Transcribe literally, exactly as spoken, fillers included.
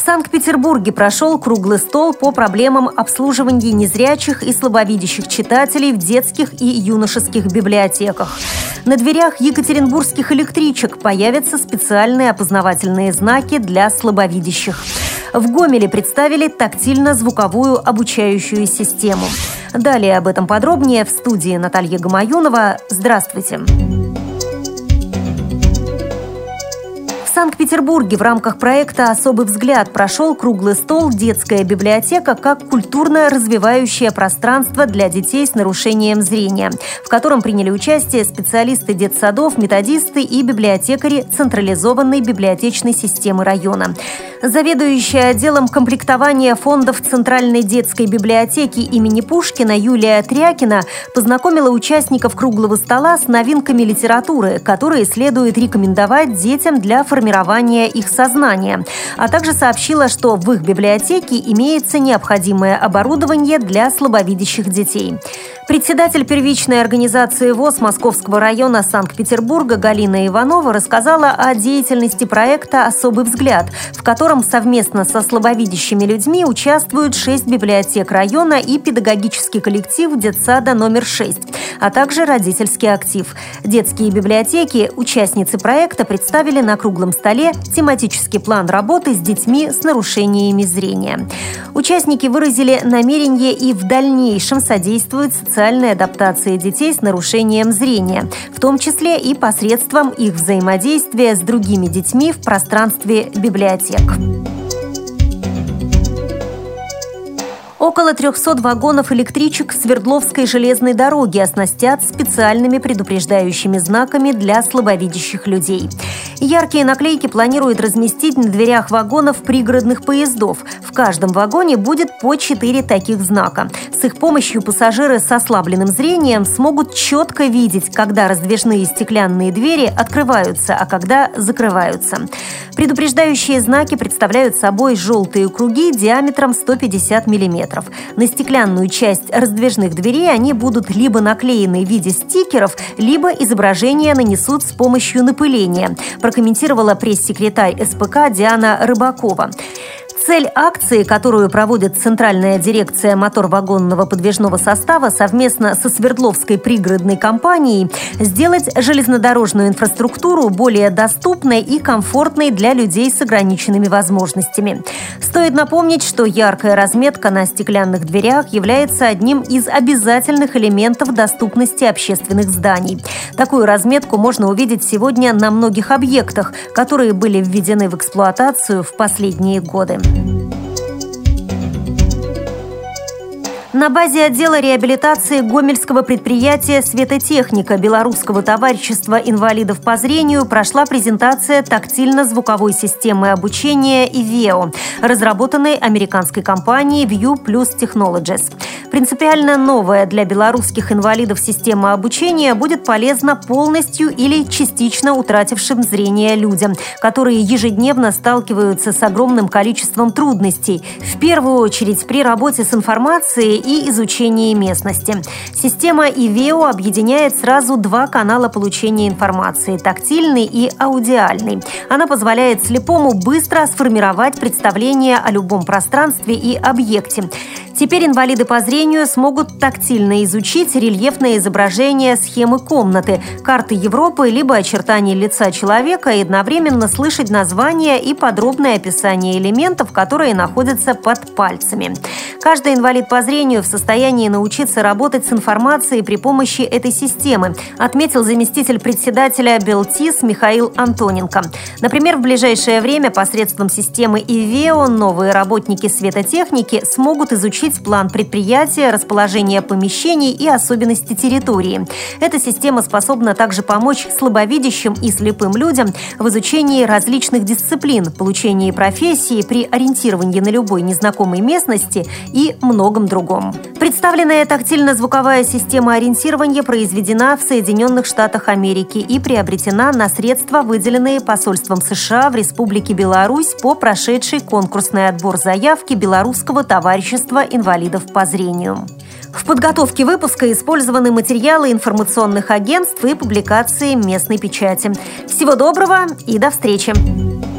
В Санкт-Петербурге прошел круглый стол по проблемам обслуживания незрячих и слабовидящих читателей в детских и юношеских библиотеках. На дверях екатеринбургских электричек появятся специальные опознавательные знаки для слабовидящих. В Гомеле представили тактильно-звуковую обучающую систему. Далее об этом подробнее в студии Наталья Гамаюнова. Здравствуйте! В Санкт-Петербурге в рамках проекта «Особый взгляд» прошел круглый стол «Детская библиотека как культурно-развивающее пространство для детей с нарушением зрения», в котором приняли участие специалисты детсадов, методисты и библиотекари централизованной библиотечной системы района. Заведующая отделом комплектования фондов Центральной детской библиотеки имени Пушкина Юлия Трякина познакомила участников круглого стола с новинками литературы, которые следует рекомендовать детям для формирования их сознания, а также сообщила, что в их библиотеке имеется необходимое оборудование для слабовидящих детей. Председатель первичной организации ВОС Московского района Санкт-Петербурга Галина Иванова рассказала о деятельности проекта «Особый взгляд», в котором совместно со слабовидящими людьми участвуют шесть библиотек района и педагогический коллектив детсада номер шесть, а также родительский актив. Детские библиотеки, участницы проекта, представили на круглом столе тематический план работы с детьми с нарушениями зрения. Участники выразили намерение и в дальнейшем содействовать социальной адаптации детей с нарушением зрения, в том числе и посредством их взаимодействия с другими детьми в пространстве библиотек. Около трехсот вагонов электричек Свердловской железной дороги оснастят специальными предупреждающими знаками для слабовидящих людей. Яркие наклейки планируют разместить на дверях вагонов пригородных поездов. В каждом вагоне будет по четыре таких знака. С их помощью пассажиры с ослабленным зрением смогут четко видеть, когда раздвижные стеклянные двери открываются, а когда закрываются. Предупреждающие знаки представляют собой желтые круги диаметром сто пятьдесят миллиметров. На стеклянную часть раздвижных дверей они будут либо наклеены в виде стикеров, либо изображения нанесут с помощью напыления, прокомментировала пресс-секретарь эс пэ ка Диана Рыбакова. Цель акции, которую проводит Центральная дирекция моторвагонного подвижного состава совместно со Свердловской пригородной компанией, сделать железнодорожную инфраструктуру более доступной и комфортной для людей с ограниченными возможностями. Стоит напомнить, что яркая разметка на стеклянных дверях является одним из обязательных элементов доступности общественных зданий. Такую разметку можно увидеть сегодня на многих объектах, которые были введены в эксплуатацию в последние годы. На базе отдела реабилитации гомельского предприятия «Светотехника» Белорусского товарищества инвалидов по зрению прошла презентация тактильно-звуковой системы обучения ивео, разработанной американской компанией View Plus Technologies. Принципиально новая для белорусских инвалидов система обучения будет полезна полностью или частично утратившим зрение людям, которые ежедневно сталкиваются с огромным количеством трудностей, в первую очередь при работе с информацией и изучении местности. Система ивео объединяет сразу два канала получения информации – тактильный и аудиальный. Она позволяет слепому быстро сформировать представление о любом пространстве и объекте. Теперь инвалиды по зрению смогут тактильно изучить рельефное изображение схемы комнаты, карты Европы либо очертания лица человека и одновременно слышать названия и подробное описание элементов, которые находятся под пальцами. Каждый инвалид по зрению в состоянии научиться работать с информацией при помощи этой системы, отметил заместитель председателя Белтис Михаил Антоненко. Например, в ближайшее время посредством системы ивео новые работники светотехники смогут изучить план предприятия, расположение помещений и особенности территории. Эта система способна также помочь слабовидящим и слепым людям в изучении различных дисциплин, получении профессии при ориентировании на любой незнакомой местности и многом другом. Представленная тактильно-звуковая система ориентирования произведена в Соединенных Штатах Америки и приобретена на средства, выделенные посольством США в Республике Беларусь по прошедшей конкурсный отбор заявки Белорусского товарищества инвалидов по зрению. В подготовке выпуска использованы материалы информационных агентств и публикации местной печати. Всего доброго и до встречи!